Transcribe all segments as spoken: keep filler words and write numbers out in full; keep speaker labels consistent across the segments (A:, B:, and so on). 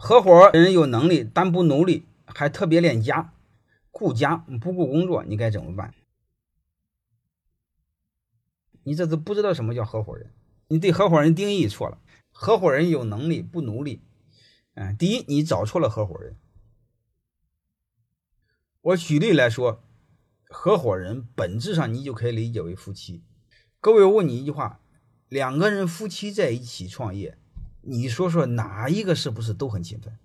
A: 合伙人有能力但不努力，还特别恋家，顾家不顾工作，你该怎么办？你这都不知道什么叫合伙人，你对合伙人定义错了。合伙人有能力不努力，嗯，第一，你找错了合伙人。我举例来说，合伙人本质上你就可以理解为夫妻。各位，我问你一句话，两个人夫妻在一起创业，你说说哪一个是不是都很勤奋？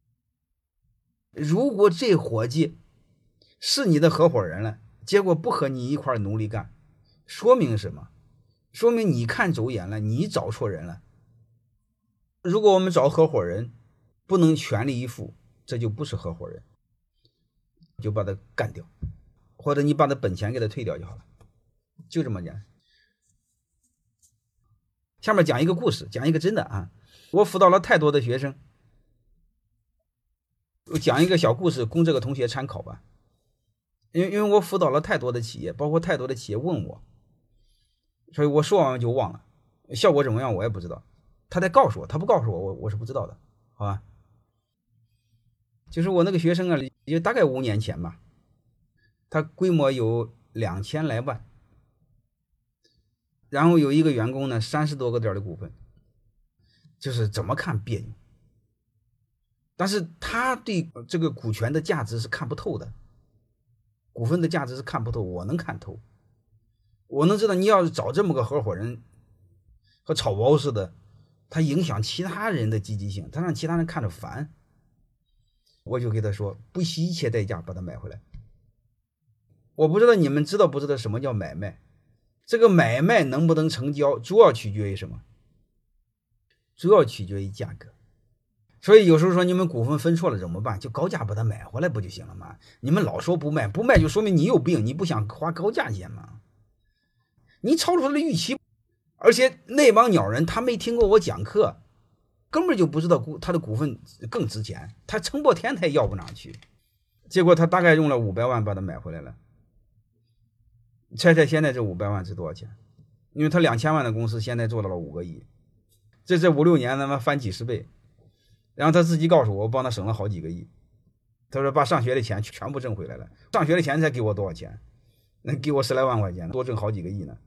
A: 如果这伙计是你的合伙人了，结果不和你一块努力干，说明什么？说明你看走眼了，你找错人了。如果我们找合伙人不能全力以赴，这就不是合伙人，就把他干掉，或者你把他本钱给他退掉就好了，就这么简单。下面讲一个故事，讲一个真的啊，我辅导了太多的学生，我讲一个小故事供这个同学参考吧。因为因为我辅导了太多的企业，包括太多的企业问我，所以我说完就忘了，效果怎么样我也不知道。他得告诉我，他不告诉我，我我是不知道的，好吧？就是我那个学生啊，也大概五年前吧，他规模有两千来万，然后有一个员工呢，三十多个点的股份，就是怎么看别扭。但是他对这个股权的价值是看不透的，股份的价值是看不透，我能看透，我能知道你要是找这么个合伙人，和炒包似的，他影响其他人的积极性，他让其他人看着烦。我就给他说，不惜一切代价把它买回来。我不知道你们知道不知道什么叫买卖，这个买卖能不能成交，主要取决于什么？主要取决于价格。所以有时候说你们股份分错了怎么办？就高价把它买回来不就行了吗？你们老说不卖，不卖就说明你有病，你不想花高价钱吗？你超出他的预期，而且那帮鸟人他没听过我讲课，根本就不知道他的股份更值钱，他撑破天他也要不上去。结果他大概用了五百万把它买回来了。猜猜现在这五百万值多少钱？因为他两千万的公司现在做到了五个亿，这这五六年他妈翻几十倍。然后他自己告诉我，我帮他省了好几个亿。他说把上学的钱全部挣回来了，上学的钱才给我多少钱？那给我十来万块钱，多挣好几个亿呢。